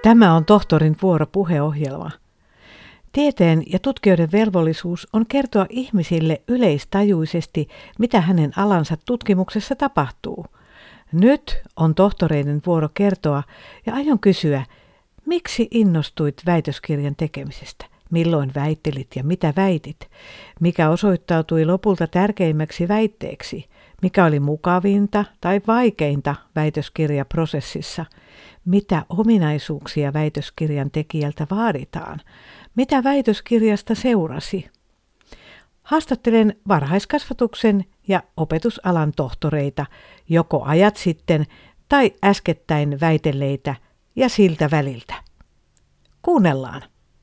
Tämä on tohtorin vuoropuheohjelma. Tieteen ja tutkijoiden velvollisuus on kertoa ihmisille yleistajuisesti, mitä hänen alansa tutkimuksessa tapahtuu. Nyt on tohtoreiden vuoro kertoa ja aion kysyä, miksi innostuit väitöskirjan tekemisestä? Milloin väittelit ja mitä väitit? Mikä osoittautui lopulta tärkeimmäksi väitteeksi? Mikä oli mukavinta tai vaikeinta väitöskirjaprosessissa? Mitä ominaisuuksia väitöskirjan tekijältä vaaditaan? Mitä väitöskirjasta seurasi? Haastattelen varhaiskasvatuksen ja opetusalan tohtoreita, joko ajat sitten tai äskettäin väitelleitä ja siltä väliltä. Kuunnellaan.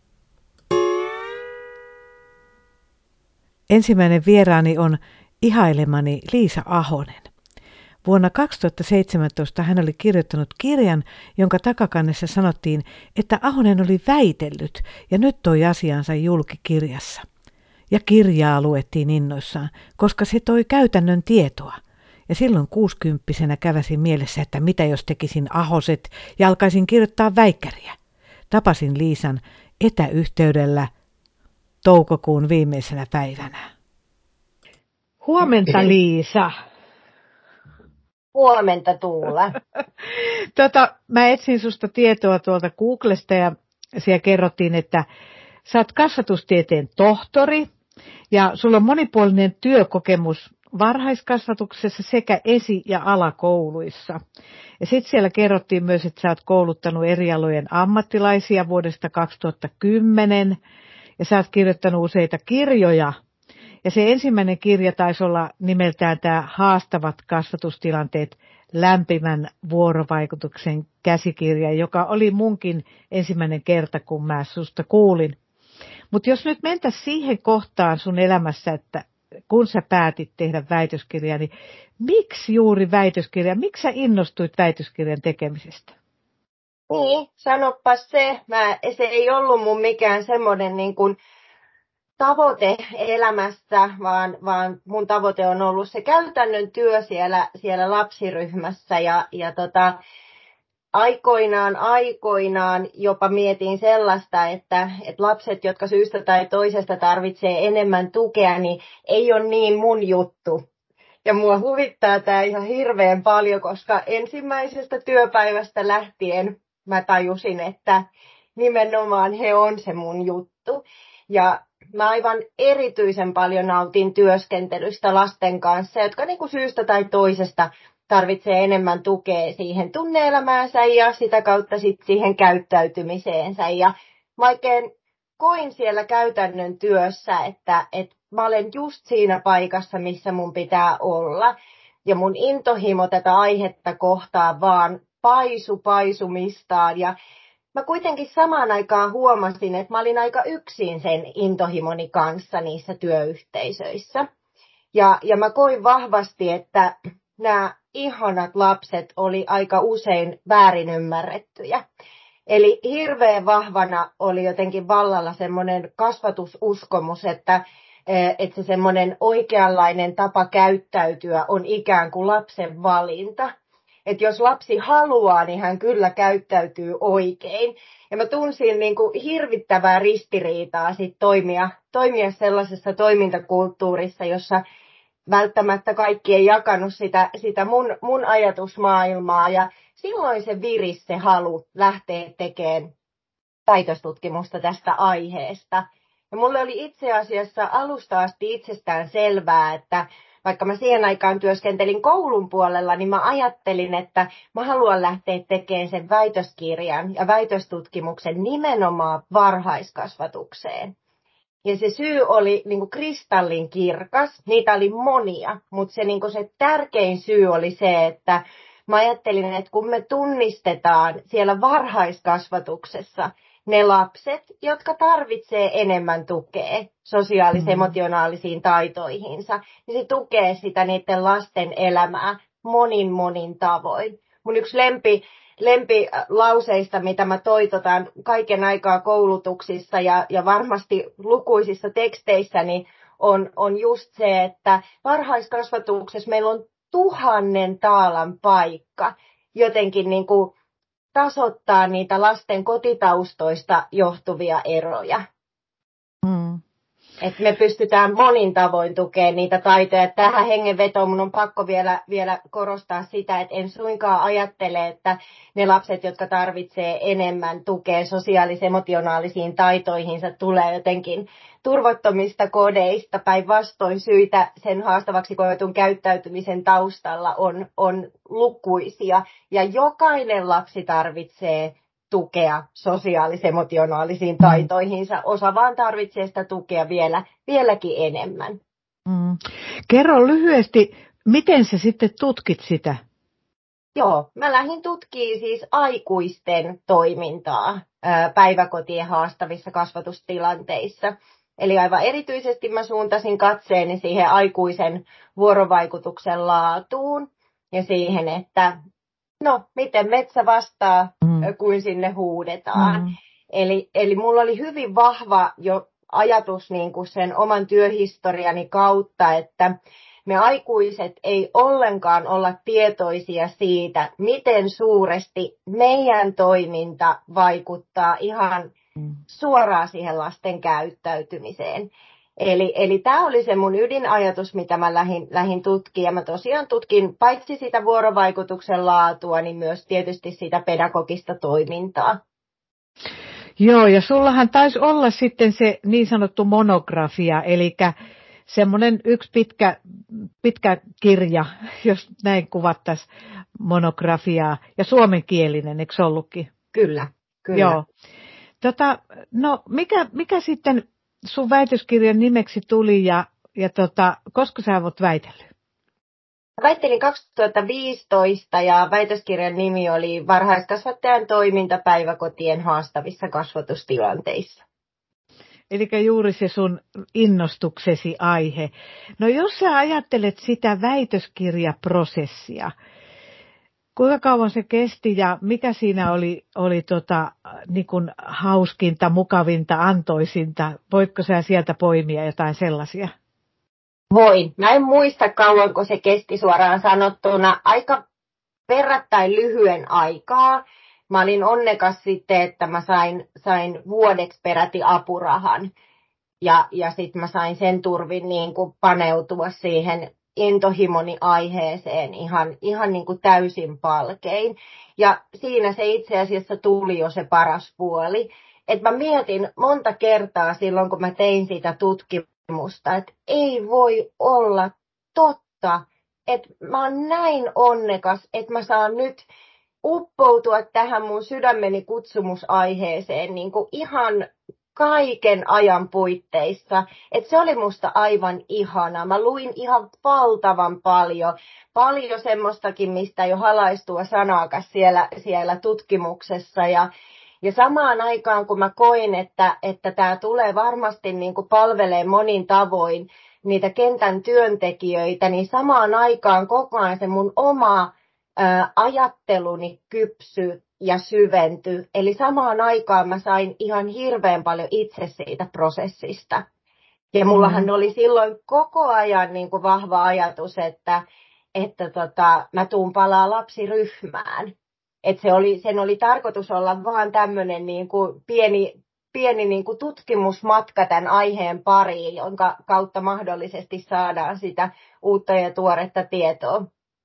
Ensimmäinen vieraani on ihailemani Liisa Ahonen. Vuonna 2017 hän oli kirjoittanut kirjan, jonka takakannessa sanottiin, että Ahonen oli väitellyt ja nyt toi asiansa julki kirjassa. Ja kirjaa luettiin innoissaan, koska se toi käytännön tietoa. Ja silloin 60-vuotiaana käväsin mielessä, että mitä jos tekisin Ahoset ja alkaisin kirjoittaa väikkäriä. Tapasin Liisan etäyhteydellä toukokuun viimeisenä päivänä. Huomenta, Liisa. Huomenta, Tuula. Mä etsin susta tietoa tuolta Googlesta ja siellä kerrottiin, että sä oot kasvatustieteen tohtori ja sulla on monipuolinen työkokemus varhaiskasvatuksessa sekä esi- ja alakouluissa. Ja sitten siellä kerrottiin myös, että sä oot kouluttanut eri alojen ammattilaisia vuodesta 2010 ja sä oot kirjoittanut useita kirjoja. Ja se ensimmäinen kirja taisi olla nimeltään tämä Haastavat kasvatustilanteet, lämpimän vuorovaikutuksen käsikirja, joka oli munkin ensimmäinen kerta, kun mä susta kuulin. Mutta jos nyt mentäisiin siihen kohtaan sun elämässä, että kun sä päätit tehdä väitöskirjaa, niin miksi juuri väitöskirja? Miksi sä innostuit väitöskirjan tekemisestä? Niin, sanoppas se. Se ei ollut mun mikään semmoinen niin kuin tavoite elämässä, vaan mun tavoite on ollut se käytännön työ siellä lapsiryhmässä ja aikoinaan jopa mietin sellaista, että lapset, jotka syystä tai toisesta tarvitsee enemmän tukea, niin ei ole niin mun juttu. Ja mua huvittaa tämä ihan hirveän paljon, koska ensimmäisestä työpäivästä lähtien mä tajusin, että nimenomaan he on se mun juttu. Ja mä aivan erityisen paljon nautin työskentelystä lasten kanssa, jotka niin kuin syystä tai toisesta tarvitsee enemmän tukea siihen tunne-elämäänsä ja sitä kautta sitten siihen käyttäytymiseensä. Ja mä oikein koin siellä käytännön työssä, että mä olen just siinä paikassa, missä mun pitää olla. Ja mun intohimo tätä aihetta kohtaan vaan paisumistaan. Ja mä kuitenkin samaan aikaan huomasin, että mä olin aika yksin sen intohimoni kanssa niissä työyhteisöissä. Ja mä koin vahvasti, että nämä ihanat lapset oli aika usein väärin ymmärrettyjä. Eli hirveän vahvana oli jotenkin vallalla semmoinen kasvatususkomus, että se semmoinen oikeanlainen tapa käyttäytyä on ikään kuin lapsen valinta. Että jos lapsi haluaa, niin hän kyllä käyttäytyy oikein. Ja mä tunsin niin kuin hirvittävää ristiriitaa sit toimia sellaisessa toimintakulttuurissa, jossa välttämättä kaikki ei jakanut sitä mun ajatusmaailmaa. Ja silloin se viris, se halu lähteä tekemään väitöstutkimusta tästä aiheesta. Ja mulle oli itse asiassa alusta asti itsestään selvää, että vaikka mä siihen aikaan työskentelin koulun puolella, niin mä ajattelin, että mä haluan lähteä tekemään sen väitöskirjan ja väitöstutkimuksen nimenomaan varhaiskasvatukseen. Ja se syy oli niin kuin kristallin kirkas, niitä oli monia, mutta se, niin kuin se tärkein syy oli se, että mä ajattelin, että kun me tunnistetaan siellä varhaiskasvatuksessa ne lapset, jotka tarvitsee enemmän tukea sosiaalis-emotionaalisiin taitoihinsa, niin se tukee sitä niiden lasten elämää monin tavoin. Mun yksi lempilauseista, mitä mä toitotan kaiken aikaa koulutuksissa ja varmasti lukuisissa teksteissäni, on just se, että varhaiskasvatuksessa meillä on 1000 taalan paikka jotenkin niin kuin tasoittaa niitä lasten kotitaustoista johtuvia eroja. Mm. Että me pystytään monin tavoin tukemaan niitä taitoja. Tähän hengenvetoon mun on pakko vielä korostaa sitä, että en suinkaan ajattele, että ne lapset, jotka tarvitsee enemmän tukea sosiaalis-emotionaalisiin taitoihinsa, tulee jotenkin turvattomista kodeista. Päinvastoin syitä sen haastavaksi koetun käyttäytymisen taustalla on lukuisia. Ja jokainen lapsi tarvitsee tukea sosiaalis-emotionaalisiin taitoihinsa. Osa vaan tarvitsee sitä tukea vieläkin enemmän. Mm. Kerro lyhyesti, miten sä sitten tutkit sitä? Joo, mä lähdin tutkimaan siis aikuisten toimintaa päiväkotien haastavissa kasvatustilanteissa. Eli aivan erityisesti mä suuntasin katseeni siihen aikuisen vuorovaikutuksen laatuun ja siihen, että miten metsä vastaa, kuin sinne huudetaan. Eli mulla oli hyvin vahva jo ajatus niin kuin sen oman työhistoriani kautta, että me aikuiset ei ollenkaan olla tietoisia siitä, miten suuresti meidän toiminta vaikuttaa ihan suoraan siihen lasten käyttäytymiseen. Eli tämä oli se mun ydinajatus, mitä mä lähdin tutkimaan. Mä tosiaan tutkin paitsi sitä vuorovaikutuksen laatua, niin myös tietysti sitä pedagogista toimintaa. Joo, ja sullahan taisi olla sitten se niin sanottu monografia, eli semmoinen yksi pitkä kirja, jos näin kuvattaisiin monografiaa, ja suomenkielinen, eikö se ollutkin? Kyllä. Joo. Mikä sitten sun väitöskirjan nimeksi tuli ja koska sä oot väitellyt? Väittelin 2015 ja väitöskirjan nimi oli Varhaiskasvattajan toiminta päiväkotien haastavissa kasvatustilanteissa. Eli juuri se sun innostuksesi aihe. No jos sä ajattelet sitä väitöskirjaprosessia, kuinka kauan se kesti ja mikä siinä oli niin kuin hauskinta, mukavinta, antoisinta? Voitko sä sieltä poimia jotain sellaisia? Voin. Mä en muista kauanko se kesti suoraan sanottuna. Aika verrattain lyhyen aikaa. Mä olin onnekas sitten, että mä sain vuodeksi peräti apurahan. Ja sitten mä sain sen turvin niin kuin paneutua siihen intohimoni aiheeseen ihan niin kuin täysin palkein. Ja siinä se itse asiassa tuli jo se paras puoli. Että mä mietin monta kertaa silloin, kun mä tein sitä tutkimusta, että ei voi olla totta, että mä oon näin onnekas, että mä saan nyt uppoutua tähän mun sydämeni kutsumusaiheeseen niin kuin ihan kaiken ajan puitteissa. Että se oli musta aivan ihanaa. Mä luin ihan valtavan paljon semmoistakin, mistä jo halaistua sanaakaan siellä tutkimuksessa. Ja samaan aikaan, kun mä koin, että tämä tulee varmasti niin kuin palvelee monin tavoin niitä kentän työntekijöitä, niin samaan aikaan koko ajan se mun oma ajatteluni kypsy ja syventyi. Eli samaan aikaan mä sain ihan hirveän paljon itse siitä prosessista. Ja mullahan oli silloin koko ajan niin kuin vahva ajatus, että mä tuun palaa lapsiryhmään. Että sen oli tarkoitus olla vaan tämmöinen niin kuin pieni niin kuin tutkimusmatka tämän aiheen pariin, jonka kautta mahdollisesti saadaan sitä uutta ja tuoretta tietoa.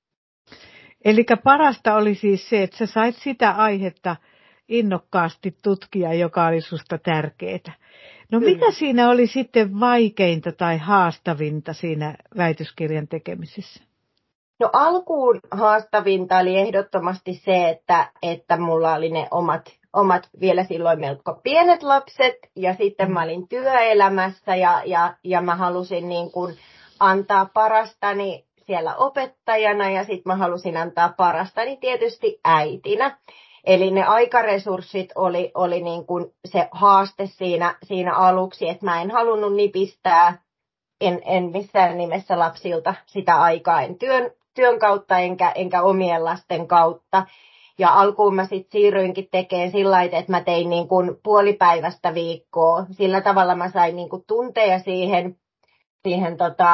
Eli parasta oli siis se, että sä sait sitä aihetta innokkaasti tutkia, joka oli susta tärkeää. No mikä siinä oli sitten vaikeinta tai haastavinta siinä väitöskirjan tekemisessä? No alkuun haastavinta oli ehdottomasti se, että mulla oli ne omat vielä silloin melko pienet lapset ja sitten mä olin työelämässä ja mä halusin niin kuin antaa parastani siellä opettajana ja sitten mä halusin antaa parastani tietysti äitinä. Eli ne aikaresurssit oli niin kuin se haaste siinä aluksi, että mä en halunnut nipistää en missään nimessä lapsilta sitä aikaa, en työn kautta enkä omien lasten kautta. Ja alkuun mä sitten siirryinkin tekemään sillä lailla, että mä tein niin kuin puolipäivästä viikkoa. Sillä tavalla mä sain niin kuin tunteja siihen siihen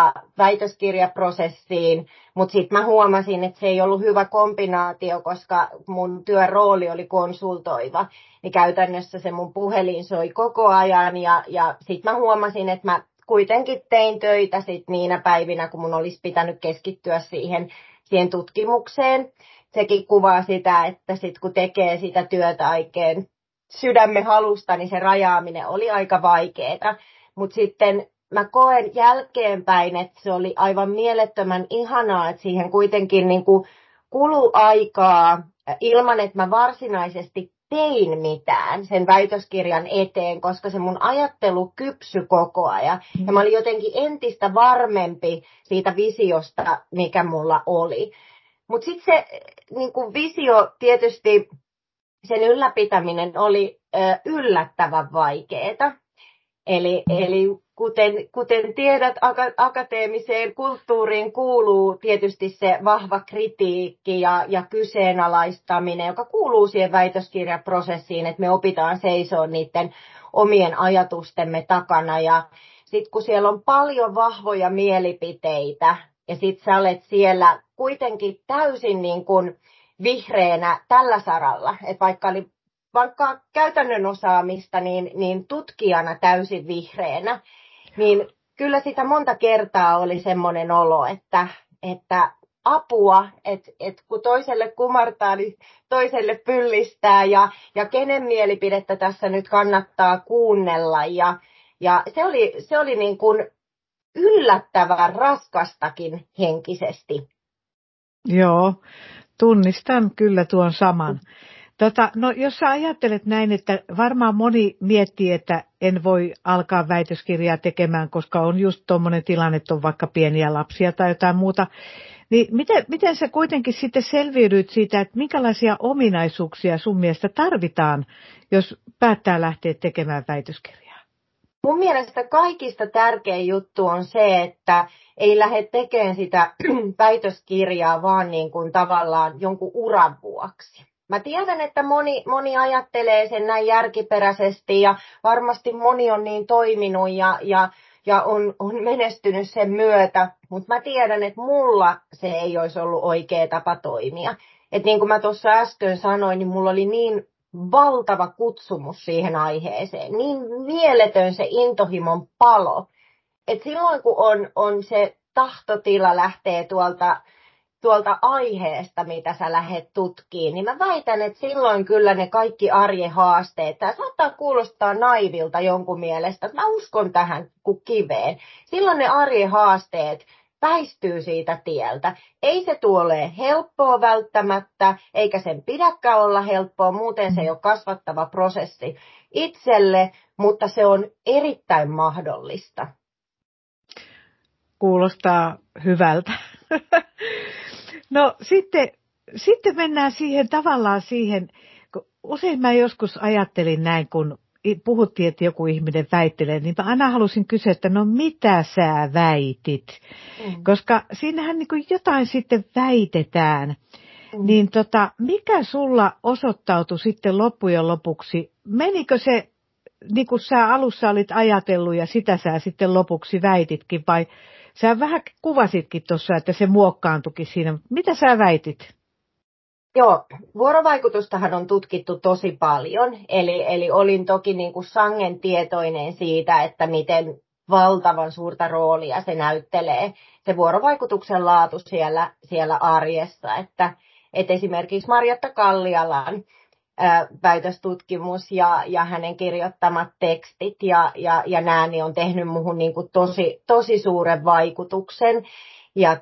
väitöskirjaprosessiin, mutta sitten mä huomasin, että se ei ollut hyvä kombinaatio, koska mun työn rooli oli konsultoiva, niin käytännössä se mun puhelin soi koko ajan, ja sitten mä huomasin, että mä kuitenkin tein töitä sit niinä päivinä, kun mun olisi pitänyt keskittyä siihen tutkimukseen. Sekin kuvaa sitä, että sit kun tekee sitä työtä oikein sydämen halusta, niin se rajaaminen oli aika vaikeaa. Mutta sitten mä koen jälkeenpäin, että se oli aivan mielettömän ihanaa, että siihen kuitenkin niin kuin kului aikaa ilman, että mä varsinaisesti tein mitään sen väitöskirjan eteen, koska se mun ajattelu kypsy koko ajan. Ja mä olin jotenkin entistä varmempi siitä visiosta, mikä mulla oli. Mutta sitten se niin kuin visio tietysti, sen ylläpitäminen oli yllättävän vaikeaa. Eli kuten tiedät, akateemiseen kulttuuriin kuuluu tietysti se vahva kritiikki ja kyseenalaistaminen, joka kuuluu siihen väitöskirjaprosessiin, että me opitaan seisoa niiden omien ajatustemme takana. Ja sitten kun siellä on paljon vahvoja mielipiteitä ja sitten sä olet siellä kuitenkin täysin niin kuin vihreänä tällä saralla, että vaikka käytännön osaamista, niin tutkijana täysin vihreänä, niin kyllä sitä monta kertaa oli semmoinen olo, että apua, että kun toiselle kumartaa, niin toiselle pyllistää, ja kenen mielipidettä tässä nyt kannattaa kuunnella, ja se oli niin kuin yllättävän raskastakin henkisesti. Joo, tunnistan kyllä tuon saman. No jos sä ajattelet näin, että varmaan moni miettii, että en voi alkaa väitöskirjaa tekemään, koska on just tuommoinen tilanne, että on vaikka pieniä lapsia tai jotain muuta, niin miten sä kuitenkin sitten selviydyt siitä, että minkälaisia ominaisuuksia sun mielestä tarvitaan, jos päättää lähteä tekemään väitöskirjaa? Mun mielestä kaikista tärkein juttu on se, että ei lähde tekemään sitä väitöskirjaa vaan niin kuin tavallaan jonkun uran vuoksi. Mä tiedän, että moni ajattelee sen näin järkiperäisesti ja varmasti moni on niin toiminut ja on menestynyt sen myötä, mutta mä tiedän, että mulla se ei olisi ollut oikea tapa toimia. Että niin kuin mä tuossa äsken sanoin, niin mulla oli niin valtava kutsumus siihen aiheeseen, niin mieletön se intohimon palo, että silloin kun on se tahtotila lähtee tuolta aiheesta, mitä sä lähdet tutkimaan, niin mä väitän, että silloin kyllä ne kaikki arjen haasteet, tämä saattaa kuulostaa naivilta jonkun mielestä, että mä uskon tähän kuin kiveen. Silloin ne arjen haasteet väistyy siitä tieltä. Ei se tule helppoa välttämättä, eikä sen pidäkään olla helppoa, muuten se ei ole kasvattava prosessi itselle, mutta se on erittäin mahdollista. Kuulostaa hyvältä. No sitten mennään tavallaan siihen, kun usein mä joskus ajattelin näin, kun puhuttiin, että joku ihminen väittelee, niin mä aina halusin kysyä, että no mitä sä väitit? Koska siinähän niin kuin jotain sitten väitetään. Niin mikä sulla osoittautui sitten loppujen lopuksi? Menikö se, niin kuin sä alussa olit ajatellut ja sitä sä sitten lopuksi väititkin, vai sä vähän kuvasitkin tuossa, että se muokkaantuikin siinä. Mitä sä väitit? Joo, vuorovaikutustahan on tutkittu tosi paljon, eli olin toki niin kuin sangen tietoinen siitä, että miten valtavan suurta roolia se näyttelee, se vuorovaikutuksen laatu siellä arjessa, että esimerkiksi Marjatta Kallialan väitöstutkimus ja hänen kirjoittamat tekstit ja nämä niin on tehnyt muuhun niin kuin tosi suuren vaikutuksen. Ja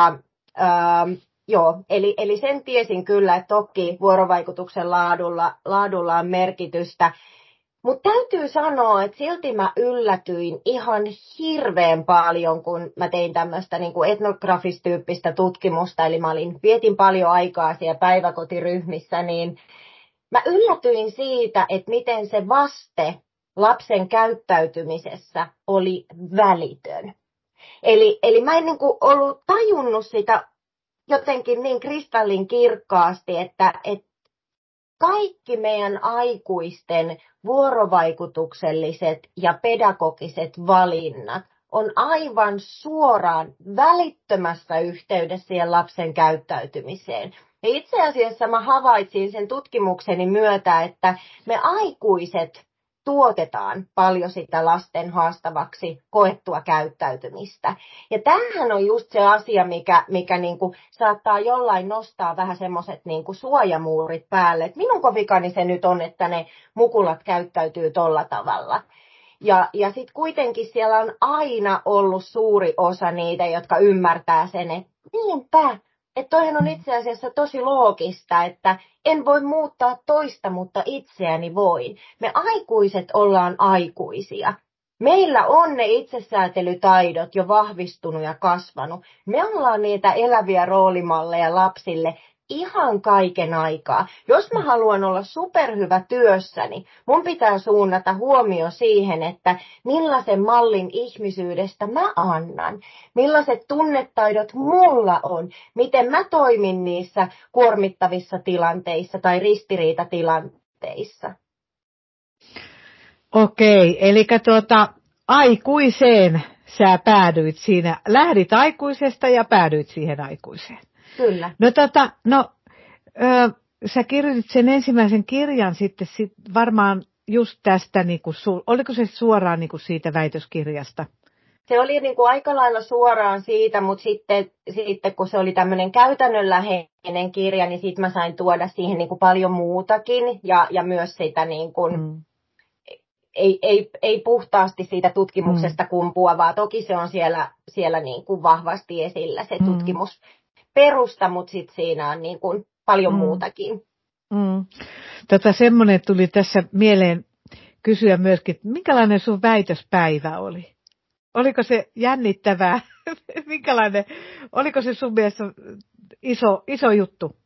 joo, eli sen tiesin kyllä, että toki vuorovaikutuksen laadulla on merkitystä. Mutta täytyy sanoa, että silti mä yllätyin ihan hirveän paljon, kun mä tein tämmöistä niin kuin etnografistyyppistä tutkimusta, eli vietin paljon aikaa siellä päiväkotiryhmissä, niin mä yllätyin siitä, että miten se vaste lapsen käyttäytymisessä oli välitön. Eli mä en niin kuin ollut tajunnut sitä jotenkin niin kristallin kirkkaasti, että kaikki meidän aikuisten vuorovaikutukselliset ja pedagogiset valinnat on aivan suoraan välittömässä yhteydessä siihen lapsen käyttäytymiseen. Ja itse asiassa mä havaitsin sen tutkimukseni myötä, että me aikuiset tuotetaan paljon sitä lasten haastavaksi koettua käyttäytymistä. Ja tämähän on just se asia, mikä niinku saattaa jollain nostaa vähän semmoiset niinku suojamuurit päälle. Että minun vikani se nyt on, että ne mukulat käyttäytyy tolla tavalla. Ja sitten kuitenkin siellä on aina ollut suuri osa niitä, jotka ymmärtää sen, että niinpä. Että toihan on itse asiassa tosi loogista, että en voi muuttaa toista, mutta itseäni voin. Me aikuiset ollaan aikuisia. Meillä on ne itsesäätelytaidot jo vahvistunut ja kasvanut. Me ollaan niitä eläviä roolimalleja lapsille ihan kaiken aikaa. Jos mä haluan olla superhyvä työssäni, mun pitää suunnata huomio siihen, että millaisen mallin ihmisyydestä mä annan, millaiset tunnetaidot mulla on, miten mä toimin niissä kuormittavissa tilanteissa tai ristiriitatilanteissa. Okei, eli aikuiseen sä päädyit siinä, lähdit aikuisesta ja päädyit siihen aikuiseen. Kyllä. Sä kirjoitit sen ensimmäisen kirjan sitten varmaan just tästä, oliko se suoraan siitä väitöskirjasta? Se oli aika lailla suoraan siitä, mutta sitten kun se oli tämmöinen käytännönläheinen kirja, niin sitten mä sain tuoda siihen paljon muutakin ja myös sitä ei puhtaasti siitä tutkimuksesta kumpuavaa. Toki se on siellä vahvasti esillä se tutkimusperusta, mutta sitten siinä on paljon muutakin. Semmoinen tuli tässä mieleen kysyä myöskin, että minkälainen sun väitöspäivä oli? Oliko se jännittävää? Oliko se sun mielestä iso juttu?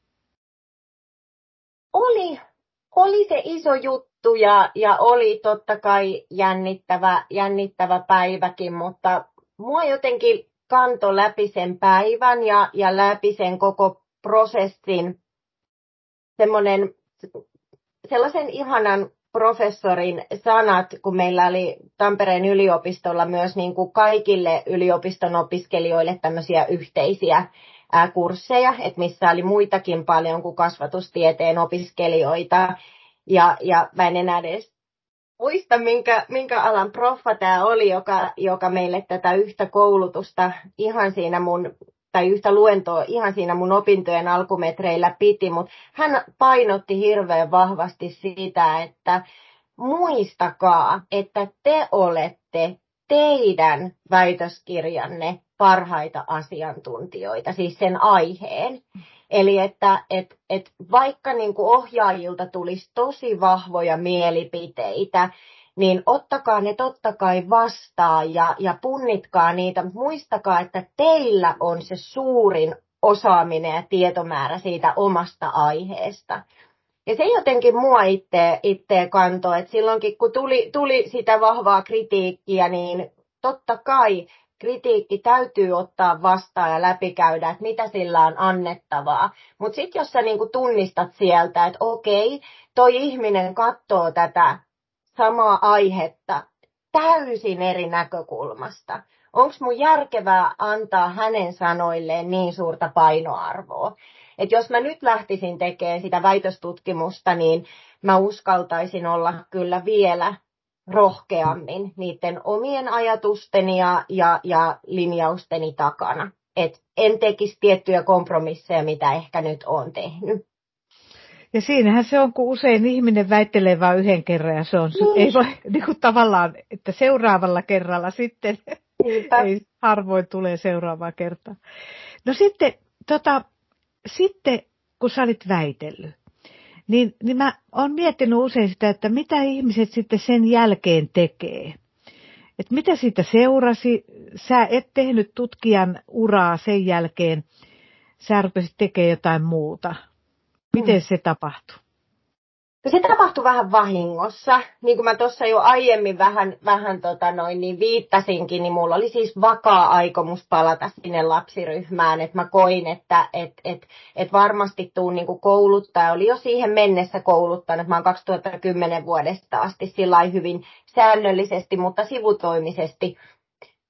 Oli se iso juttu ja oli totta kai jännittävä päiväkin, mutta mua jotenkin kantoi läpi sen päivän ja läpi sen koko prosessin sellaisen ihanan professorin sanat, kun meillä oli Tampereen yliopistolla myös kaikille yliopiston opiskelijoille tämmöisiä yhteisiä kursseja, että missä oli muitakin paljon kuin kasvatustieteen opiskelijoita. Ja mä en enää edes muista, minkä alan proffa tämä oli, joka meille tätä yhtä koulutusta ihan siinä tai yhtä luentoa ihan siinä mun opintojen alkumetreillä piti, mutta hän painotti hirveän vahvasti sitä, että muistakaa, että te olette teidän väitöskirjanne parhaita asiantuntijoita, siis sen aiheen. Eli että vaikka ohjaajilta tulisi tosi vahvoja mielipiteitä, niin ottakaa ne totta kai vastaan ja punnitkaa niitä. Muistakaa, että teillä on se suurin osaaminen ja tietomäärä siitä omasta aiheesta. Ja se jotenkin mua itse kantoi, että silloinkin kun tuli sitä vahvaa kritiikkiä, niin totta kai kritiikki täytyy ottaa vastaan ja läpikäydä, että mitä sillä on annettavaa. Mutta sitten jos sä tunnistat sieltä, että okei, toi ihminen katsoo tätä samaa aihetta täysin eri näkökulmasta. Onko mun järkevää antaa hänen sanoilleen niin suurta painoarvoa? Että jos mä nyt lähtisin tekemään sitä väitöstutkimusta, niin mä uskaltaisin olla kyllä vielä rohkeammin niiden omien ajatusteni ja linjausteni takana. Et en tekisi tiettyjä kompromisseja, mitä ehkä nyt olen tehnyt. Ja siinähän se on, kun usein ihminen väittelee vain yhden kerran ja se on, ei voi tavallaan, että seuraavalla kerralla sitten ei harvoin tulee seuraavaa kertaa. No sitten kun sä olit väitellyt, niin mä oon miettinyt usein sitä, että mitä ihmiset sitten sen jälkeen tekee. Että mitä siitä seurasi, sä et tehnyt tutkijan uraa sen jälkeen, sä rupesit tekemään jotain muuta. Miten se tapahtui? Se tapahtui vähän vahingossa. Niin kuin mä tuossa jo aiemmin vähän niin viittasinkin, niin mulla oli siis vakaa aikomus palata sinne lapsiryhmään. Että mä koin, että varmasti tuun niin kouluttaja. Oli jo siihen mennessä kouluttanut. Mä oon 2010 vuodesta asti sillä hyvin säännöllisesti, mutta sivutoimisesti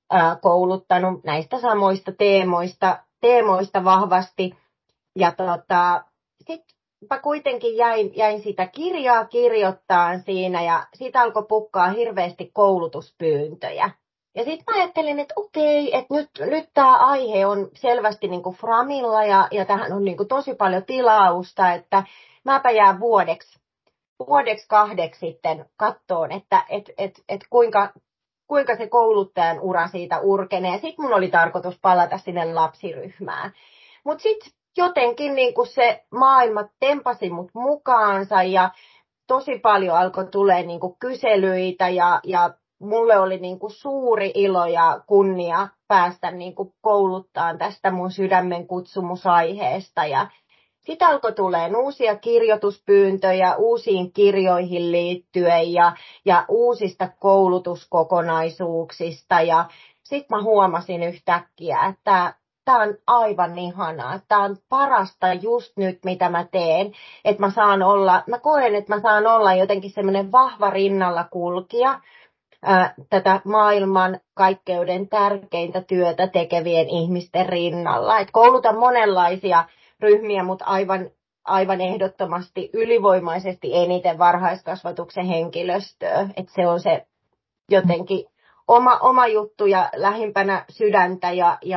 kouluttanut näistä samoista teemoista vahvasti. Ja sitten mä kuitenkin jäin sitä kirjaa kirjoittaa siinä ja siitä alkoi pukkaa hirveästi koulutuspyyntöjä. Ja sitten mä ajattelin, että okei, että nyt tämä aihe on selvästi niinku framilla ja tähän on niinku tosi paljon tilausta, että mäpä jään vuodeksi kahdeksi sitten kattoon, että kuinka se kouluttajan ura siitä urkenee. Sitten mun oli tarkoitus palata sinne lapsiryhmään. Mutta sitten jotenkin niinku se maailma tempasi mut mukaansa ja tosi paljon alkoi tulee niinku kyselyitä ja mulle oli niinku suuri ilo ja kunnia päästä niinku kouluttaan tästä mun sydämen kutsumusaiheesta. Ja sitten alkoi tulemaan uusia kirjoituspyyntöjä uusiin kirjoihin liittyen ja uusista koulutuskokonaisuuksista. Ja sitten mä huomasin yhtäkkiä, että tämä on aivan ihanaa. Tämä on parasta just nyt, mitä mä teen. Että mä koen, että mä saan olla jotenkin semmoinen vahva rinnalla kulkija tätä maailman kaikkeuden tärkeintä työtä tekevien ihmisten rinnalla. Et koulutan monenlaisia ryhmiä, mutta aivan ehdottomasti ylivoimaisesti eniten varhaiskasvatuksen henkilöstöä. Et se on se jotenkin oma juttu ja lähimpänä sydäntä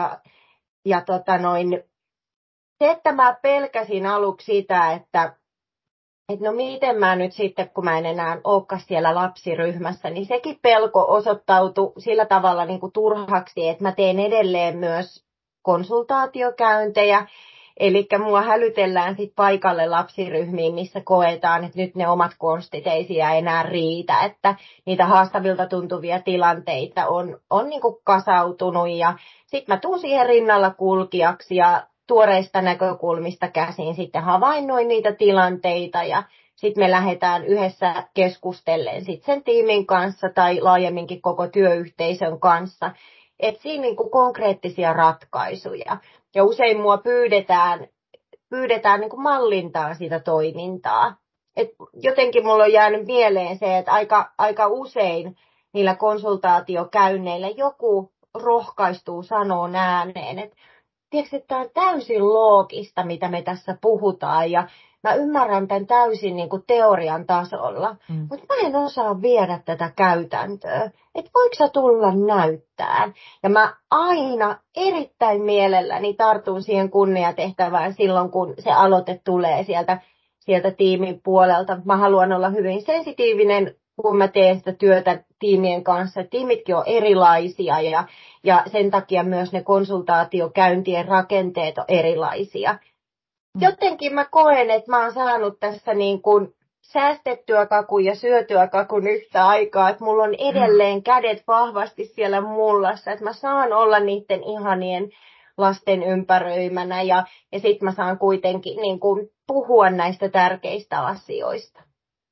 se, että mä pelkäsin aluksi sitä, että no miten mä nyt sitten, kun mä en enää olekaan siellä lapsiryhmässä, niin sekin pelko osoittautui sillä tavalla niin kuin turhaksi, että mä teen edelleen myös konsultaatiokäyntejä. Eli mua hälytellään sitten paikalle lapsiryhmiin, missä koetaan, että nyt ne omat konstit ei siellä enää riitä, että niitä haastavilta tuntuvia tilanteita on niin kuin kasautunut. Ja sitten mä tuun siihen rinnalla kulkijaksi ja tuoreista näkökulmista käsin sitten havainnoin niitä tilanteita ja sitten me lähdetään yhdessä keskustellen sitten sen tiimin kanssa tai laajemminkin koko työyhteisön kanssa. Että siinä niin kuin konkreettisia ratkaisuja. Ja usein mua pyydetään niin kuin mallintaa sitä toimintaa. Et jotenkin mulla on jäänyt mieleen se, että aika usein niillä konsultaatiokäynneillä joku rohkaistuu sanoa ääneen, että tiedätkö, että tämä on täysin loogista, mitä me tässä puhutaan, ja mä ymmärrän tämän täysin niin kuin teorian tasolla, mutta mä en osaa viedä tätä käytäntöä. Että voiko sä tulla näyttää? Ja mä aina erittäin mielelläni tartun siihen kunniatehtävään silloin, kun se aloite tulee sieltä tiimin puolelta. Mä haluan olla hyvin sensitiivinen, kun mä teen sitä työtä tiimien kanssa. Tiimitkin on erilaisia ja sen takia myös ne konsultaatiokäyntien rakenteet on erilaisia. Jotenkin mä koen, että mä oon saanut tässä niin kuin säästettyä kakun ja syötyä kakun yhtä aikaa, että mulla on edelleen kädet vahvasti siellä mullassa, että mä saan olla niiden ihanien lasten ympäröimänä ja sit mä saan kuitenkin niin kuin puhua näistä tärkeistä asioista.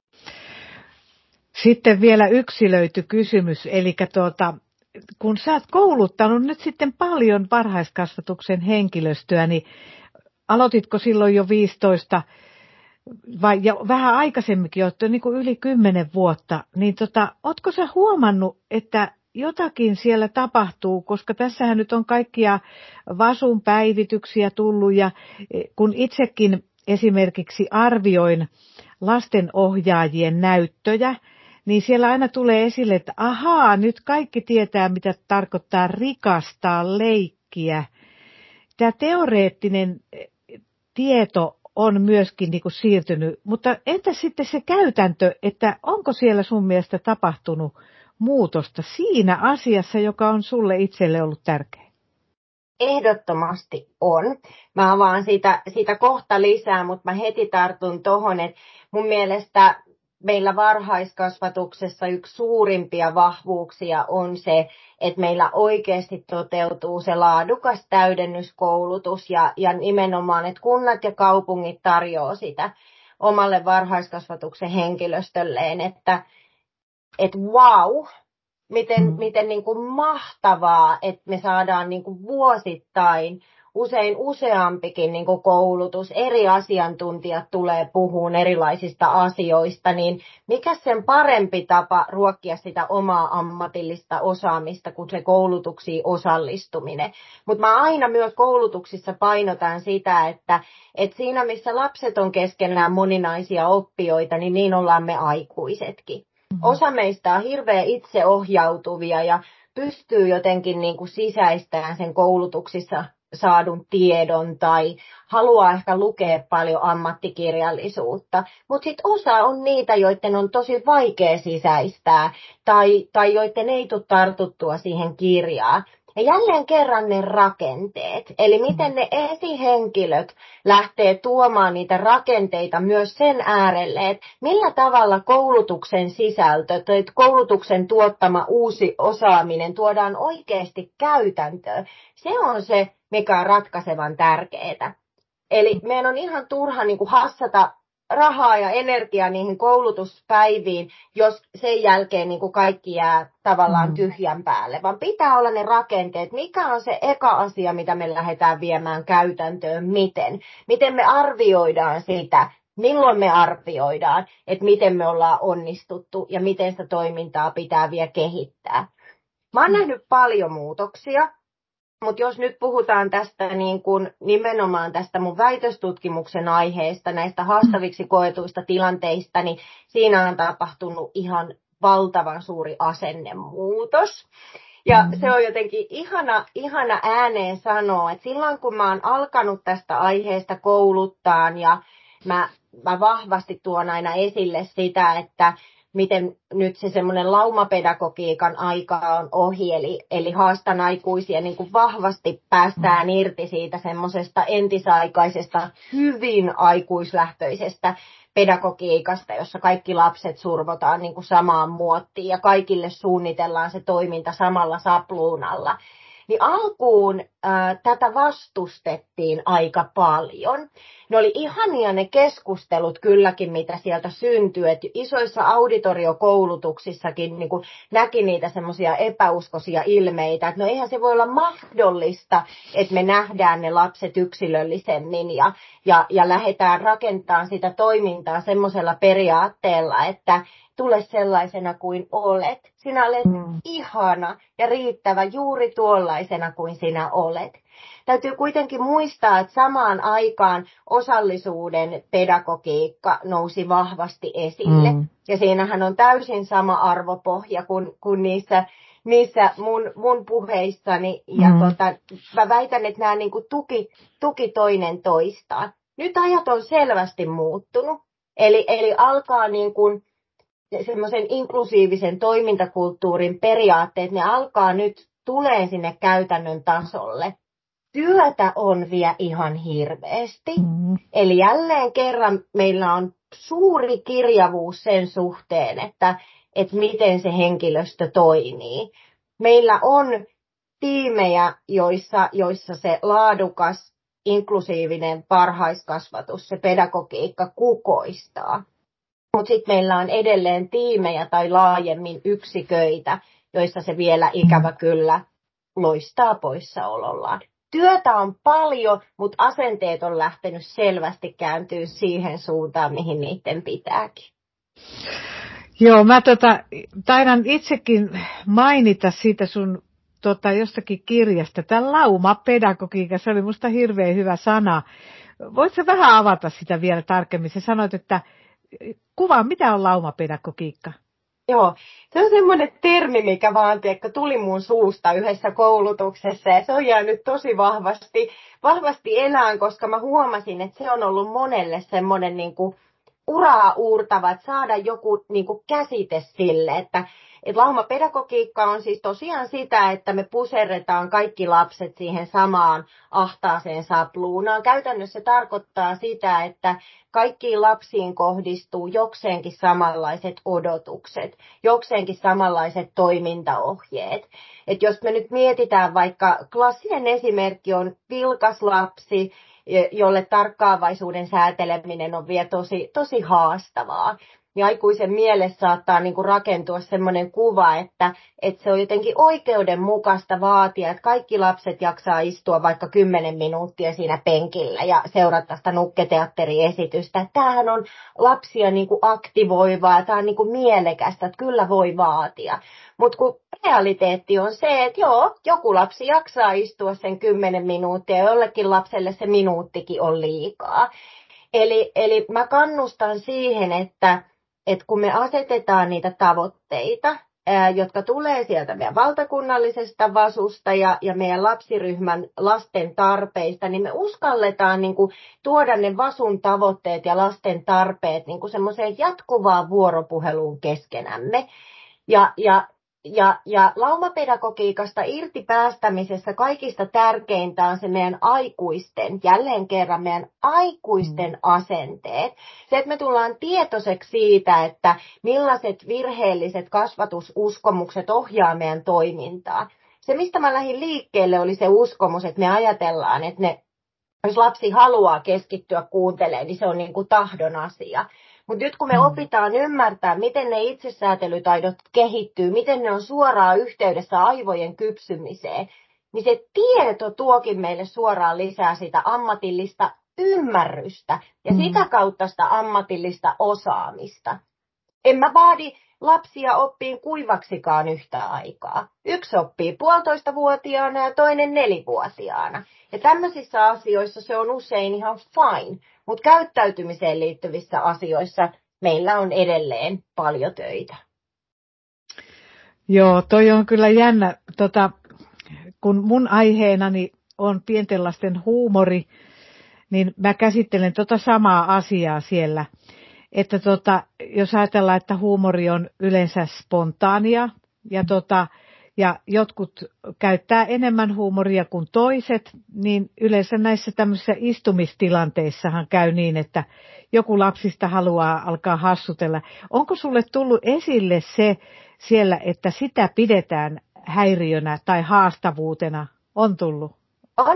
Sitten vielä yksilöity kysymys, eli kun sä oot kouluttanut nyt sitten paljon varhaiskasvatuksen henkilöstöä, niin aloititko silloin jo 15 vai ja vähän aikaisemminkin, jo niin kuin yli 10 vuotta, niin ootko sä huomannut, että jotakin siellä tapahtuu, koska tässähän nyt on kaikkia VASUn päivityksiä tullut ja kun itsekin esimerkiksi arvioin lastenohjaajien näyttöjä, niin siellä aina tulee esille, että ahaa, nyt kaikki tietää, mitä tarkoittaa rikastaa leikkiä. Tämä teoreettinen tieto on myöskin niin kuin siirtynyt, mutta entä sitten se käytäntö, että onko siellä sun mielestä tapahtunut muutosta siinä asiassa, joka on sulle itselle ollut tärkeä? Ehdottomasti on. Mä avaan siitä kohta lisää, mutta mä heti tartun tohon, että mun mielestä meillä varhaiskasvatuksessa yksi suurimpia vahvuuksia on se, että meillä oikeasti toteutuu se laadukas täydennyskoulutus ja nimenomaan, että kunnat ja kaupungit tarjoaa sitä omalle varhaiskasvatuksen henkilöstölleen, että vau, miten niin kuin mahtavaa, että me saadaan niin kuin vuosittain usein useampikin niin kuin koulutus, eri asiantuntijat tulee puhumaan erilaisista asioista, niin mikä sen parempi tapa ruokkia sitä omaa ammatillista osaamista kuin se koulutuksiin osallistuminen. Mutta mä aina myös koulutuksissa painotan sitä, että siinä missä lapset on keskenään moninaisia oppijoita, niin ollaan me aikuisetkin. Osa meistä on hirveän itseohjautuvia ja pystyy jotenkin niin kuin sisäistämään sen koulutuksissa saadun tiedon tai haluaa ehkä lukea paljon ammattikirjallisuutta. Mutta sitten osa on niitä, joiden on tosi vaikea sisäistää tai joiden ei tule tartuttua siihen kirjaan. Ja jälleen kerran ne rakenteet, eli miten ne esihenkilöt lähtee tuomaan niitä rakenteita myös sen äärelle, että millä tavalla koulutuksen sisältö tai koulutuksen tuottama uusi osaaminen tuodaan oikeasti käytäntöön. Se on se, mikä on ratkaisevan tärkeää. Eli meidän on ihan turha niin kuin hassata rahaa ja energiaa niihin koulutuspäiviin, jos sen jälkeen niin kuin kaikki jää tavallaan tyhjän päälle, vaan pitää olla ne rakenteet. Mikä on se eka asia, mitä me lähdetään viemään käytäntöön, miten me arvioidaan sitä, milloin me arvioidaan, että miten me ollaan onnistuttu ja miten sitä toimintaa pitää vielä kehittää. Mä oon nähnyt paljon muutoksia. Mutta jos nyt puhutaan tästä niin kun nimenomaan tästä mun väitöstutkimuksen aiheesta, näistä haastaviksi koetuista tilanteista, niin siinä on tapahtunut ihan valtavan suuri asennemuutos. Ja se on jotenkin ihana ääneen sanoa, että silloin kun mä oon alkanut tästä aiheesta kouluttaa ja mä vahvasti tuon aina esille sitä, että miten nyt se semmoinen laumapedagogiikan aika on ohi, eli haastan aikuisia niin kuin vahvasti päästään irti siitä semmoisesta entisaikaisesta, hyvin aikuislähtöisestä pedagogiikasta, jossa kaikki lapset survotaan niin kuin samaan muottiin ja kaikille suunnitellaan se toiminta samalla sapluunalla. Niin alkuun tätä vastustettiin aika paljon. Ne oli ihania ne keskustelut kylläkin, mitä sieltä syntyi. Et isoissa auditoriokoulutuksissakin niin näki niitä semmoisia epäuskoisia ilmeitä, että no eihän se voi olla mahdollista, että me nähdään ne lapset yksilöllisemmin ja lähdetään rakentamaan sitä toimintaa semmoisella periaatteella, että tule sellaisena kuin olet. Sinä olet ihana ja riittävä juuri tuollaisena kuin sinä olet. Täytyy kuitenkin muistaa, että samaan aikaan osallisuuden pedagogiikka nousi vahvasti esille. Ja siinähän on täysin sama arvopohja kuin niissä mun puheissani. Ja mä väitän, että nämä niin kuin tuki toinen toistaan. Nyt ajat on selvästi muuttunut. Eli alkaa niin kuin semmoisen inklusiivisen toimintakulttuurin periaatteet, ne alkaa nyt tulee sinne käytännön tasolle. Työtä on vielä ihan hirveästi. Eli jälleen kerran meillä on suuri kirjavuus sen suhteen, että miten se henkilöstö toimii. Meillä on tiimejä, joissa se laadukas, inklusiivinen varhaiskasvatus, se pedagogiikka kukoistaa. Mutta sitten meillä on edelleen tiimejä tai laajemmin yksiköitä, joissa se vielä ikävä kyllä loistaa poissaolollaan. Työtä on paljon, mutta asenteet on lähtenyt selvästi kääntyä siihen suuntaan, mihin niiden pitääkin. Joo, mä taidan itsekin mainita siitä sun jostakin kirjasta, tämä laumapedagogiikka, se oli musta hirveän hyvä sana. Voitko vähän avata sitä vielä tarkemmin? Sä sanoit, että kuvaa, mitä on laumapedagogiikka? Joo, se on semmoinen termi, mikä vaan tuli mun suusta yhdessä koulutuksessa ja se on jäänyt tosi vahvasti elään, koska mä huomasin, että se on ollut monelle semmoinen niin kuin uraa uurtava, että saada joku niin kuin käsite sille, että laumapedagogiikka on siis tosiaan sitä, että me puserretaan kaikki lapset siihen samaan ahtaaseen sapluunaan. Käytännössä se tarkoittaa sitä, että kaikkiin lapsiin kohdistuu jokseenkin samanlaiset odotukset, jokseenkin samanlaiset toimintaohjeet. Et jos me nyt mietitään vaikka klassinen esimerkki on vilkas lapsi, jolle tarkkaavaisuuden sääteleminen on vielä tosi haastavaa. niin aikuisen mielessä saattaa niin kuin rakentua semmoinen kuva, että se on jotenkin oikeudenmukaista vaatia, että kaikki lapset jaksaa istua vaikka 10 minuuttia siinä penkillä ja seurata sitä nukketeatteriesitystä. Että tämähän on lapsia niin kuin aktivoivaa, tämä on niin kuin mielekästä, että kyllä voi vaatia. Mutta kun realiteetti on se, että joo, joku lapsi jaksaa istua sen 10 minuuttia ja jollekin lapselle se minuuttikin on liikaa. Eli mä kannustan siihen, että kun me asetetaan niitä tavoitteita, jotka tulee sieltä meidän valtakunnallisesta VASusta ja meidän lapsiryhmän lasten tarpeista, niin me uskalletaan niin kuin tuoda ne VASun tavoitteet ja lasten tarpeet niin kuin semmoiseen jatkuvaan vuoropuheluun keskenämme. Ja laumapedagogiikasta irti päästämisessä kaikista tärkeintä on se meidän aikuisten, jälleen kerran meidän aikuisten asenteet. Se, että me tullaan tietoiseksi siitä, että millaiset virheelliset kasvatususkomukset ohjaa meidän toimintaa. Se, mistä mä lähdin liikkeelle, oli se uskomus, että me ajatellaan, että jos lapsi haluaa keskittyä kuuntelemaan, niin se on niin kuin tahdon asia. Mutta nyt kun me opitaan ymmärtää, miten ne itsesäätelytaidot kehittyy, miten ne on suoraan yhteydessä aivojen kypsymiseen, niin se tieto tuokin meille suoraan lisää sitä ammatillista ymmärrystä ja sitä kautta sitä ammatillista osaamista. En mä vaadi lapsia oppiin kuivaksikaan yhtä aikaa. Yksi oppii 1,5-vuotiaana ja toinen 4-vuotiaana. Ja tämmöisissä asioissa se on usein ihan fine, mutta käyttäytymiseen liittyvissä asioissa meillä on edelleen paljon töitä. Joo, toi on kyllä jännä. Kun mun aiheenani on pienten lasten huumori, niin mä käsittelen samaa asiaa siellä. Että jos ajatellaan, että huumori on yleensä spontaania ja jotkut käyttää enemmän huumoria kuin toiset, niin yleensä näissä tämmöisissä istumistilanteissahan käy niin, että joku lapsista haluaa alkaa hassutella. Onko sulle tullut esille se siellä, että sitä pidetään häiriönä tai haastavuutena? On tullut. On.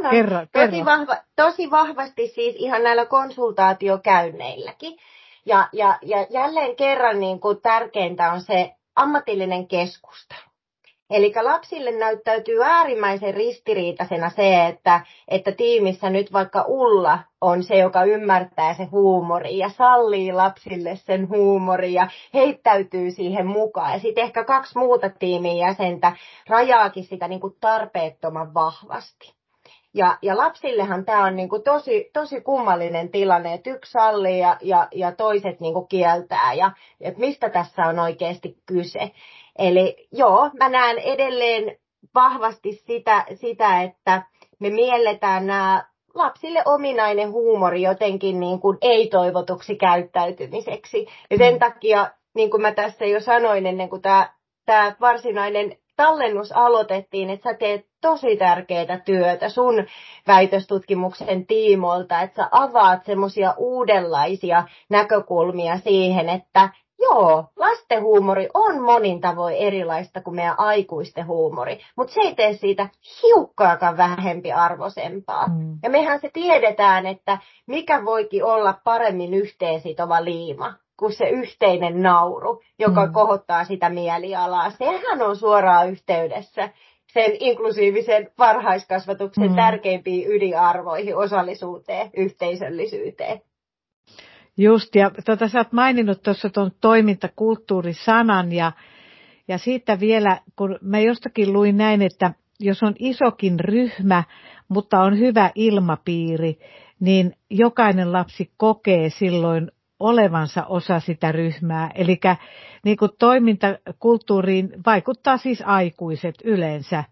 Tosi vahvasti siis ihan näillä konsultaatiokäynneilläkin. Ja jälleen kerran niin kuin tärkeintä on se ammatillinen keskustelu. Eli lapsille näyttäytyy äärimmäisen ristiriitaisena se, että tiimissä nyt vaikka Ulla on se, joka ymmärtää se huumori ja sallii lapsille sen huumori ja heittäytyy siihen mukaan. Ja sitten ehkä 2 muuta tiimin jäsentä rajaakin sitä niin kuin tarpeettoman vahvasti. Ja lapsillehan tämä on niinku tosi kummallinen tilanne, että yksi sallii ja toiset niinku kieltää ja että mistä tässä on oikeasti kyse. Eli joo, mä näen edelleen vahvasti sitä, että me mielletään nämä lapsille ominainen huumori jotenkin niin kuin ei-toivotuksi käyttäytymiseksi. Ja sen takia, niin kuin mä tässä jo sanoin ennen kuin tämä varsinainen tallennus aloitettiin, että sä teet tosi tärkeää työtä sun väitöstutkimuksen tiimoilta, että sä avaat semmoisia uudenlaisia näkökulmia siihen, että joo, lasten huumori on monin tavoin erilaista kuin meidän aikuisten huumori, mutta se ei tee siitä hiukkaakaan vähempiarvoisempaa. Ja mehän se tiedetään, että mikä voikin olla paremmin yhteensitova liima kuin se yhteinen nauru, joka kohottaa sitä mielialaa. Sehän on suoraan yhteydessä sen inklusiivisen varhaiskasvatuksen tärkeimpiin ydinarvoihin, osallisuuteen, yhteisöllisyyteen. Just, ja sä oot maininnut tuossa tuon toimintakulttuurisanan, ja siitä vielä, kun mä jostakin luin näin, että jos on isokin ryhmä, mutta on hyvä ilmapiiri, niin jokainen lapsi kokee silloin olevansa osa sitä ryhmää. Eli niin kuin toimintakulttuuriin vaikuttaa siis aikuiset yleensä.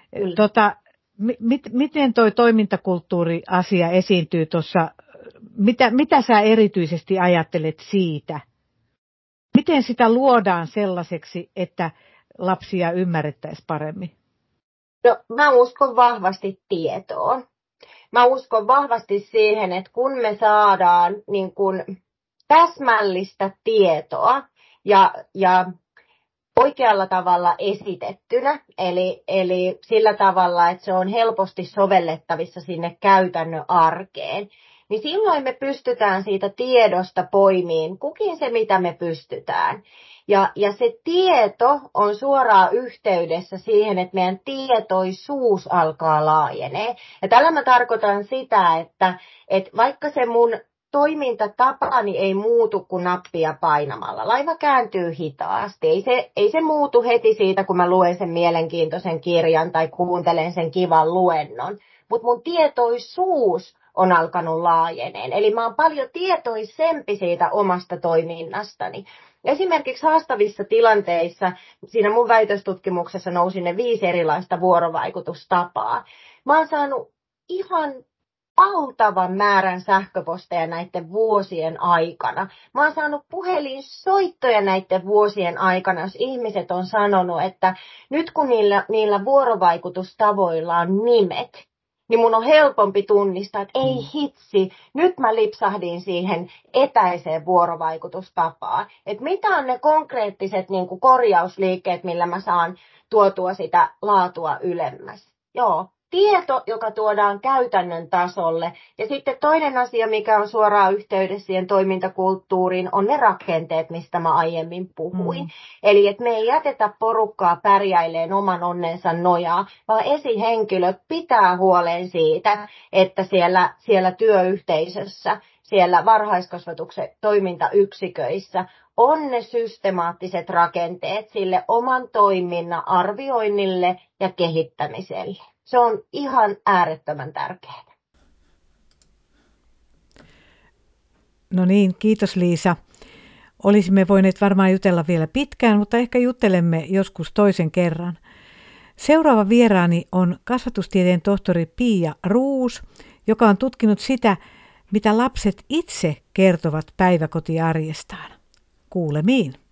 Miten toi toimintakulttuuri-asia esiintyy tuossa? Mitä sä erityisesti ajattelet siitä? Miten sitä luodaan sellaiseksi, että lapsia ymmärrettäisiin paremmin? No, mä uskon vahvasti tietoon. Mä uskon vahvasti siihen, että kun me saadaan niin kun täsmällistä tietoa ja oikealla tavalla esitettynä, eli sillä tavalla, että se on helposti sovellettavissa sinne käytännön arkeen, niin silloin me pystytään siitä tiedosta poimiin kukin se, mitä me pystytään. Ja se tieto on suoraan yhteydessä siihen, että meidän tietoisuus alkaa laajenee. Ja tällä mä tarkoitan sitä, että vaikka se mun toimintatapani ei muutu kuin nappia painamalla. Laiva kääntyy hitaasti. Ei se muutu heti siitä, kun mä luen sen mielenkiintoisen kirjan tai kuuntelen sen kivan luennon. Mutta mun tietoisuus on alkanut laajeneen. Eli mä oon paljon tietoisempi siitä omasta toiminnastani. Esimerkiksi haastavissa tilanteissa, siinä mun väitöstutkimuksessa nousi ne 5 erilaista vuorovaikutustapaa. Mä oon saanut ihan valtavan määrän sähköposteja näiden vuosien aikana. Mä oon saanut puhelinsoittoja näiden vuosien aikana, jos ihmiset on sanonut, että nyt kun niillä vuorovaikutustavoilla on nimet, niin mun on helpompi tunnistaa, että ei hitsi, nyt mä lipsahdin siihen etäiseen vuorovaikutustapaan. Että mitä on ne konkreettiset niin kuin korjausliikkeet, millä mä saan tuotua sitä laatua ylemmäs. Joo, tieto, joka tuodaan käytännön tasolle. Ja sitten toinen asia, mikä on suoraan yhteydessä siihen toimintakulttuuriin, on ne rakenteet, mistä mä aiemmin puhuin. Eli että me ei jätetä porukkaa pärjäileen oman onnensa nojaa, vaan esihenkilö pitää huolen siitä, että siellä työyhteisössä, siellä varhaiskasvatuksen toimintayksiköissä on ne systemaattiset rakenteet sille oman toiminnan arvioinnille ja kehittämiselle. Se on ihan äärettömän tärkeää. No niin, kiitos Liisa. Olisimme voineet varmaan jutella vielä pitkään, mutta ehkä juttelemme joskus toisen kerran. Seuraava vieraani on kasvatustieteen tohtori Pia Roos, joka on tutkinut sitä, mitä lapset itse kertovat päiväkotiarjestaan. Kuulemiin.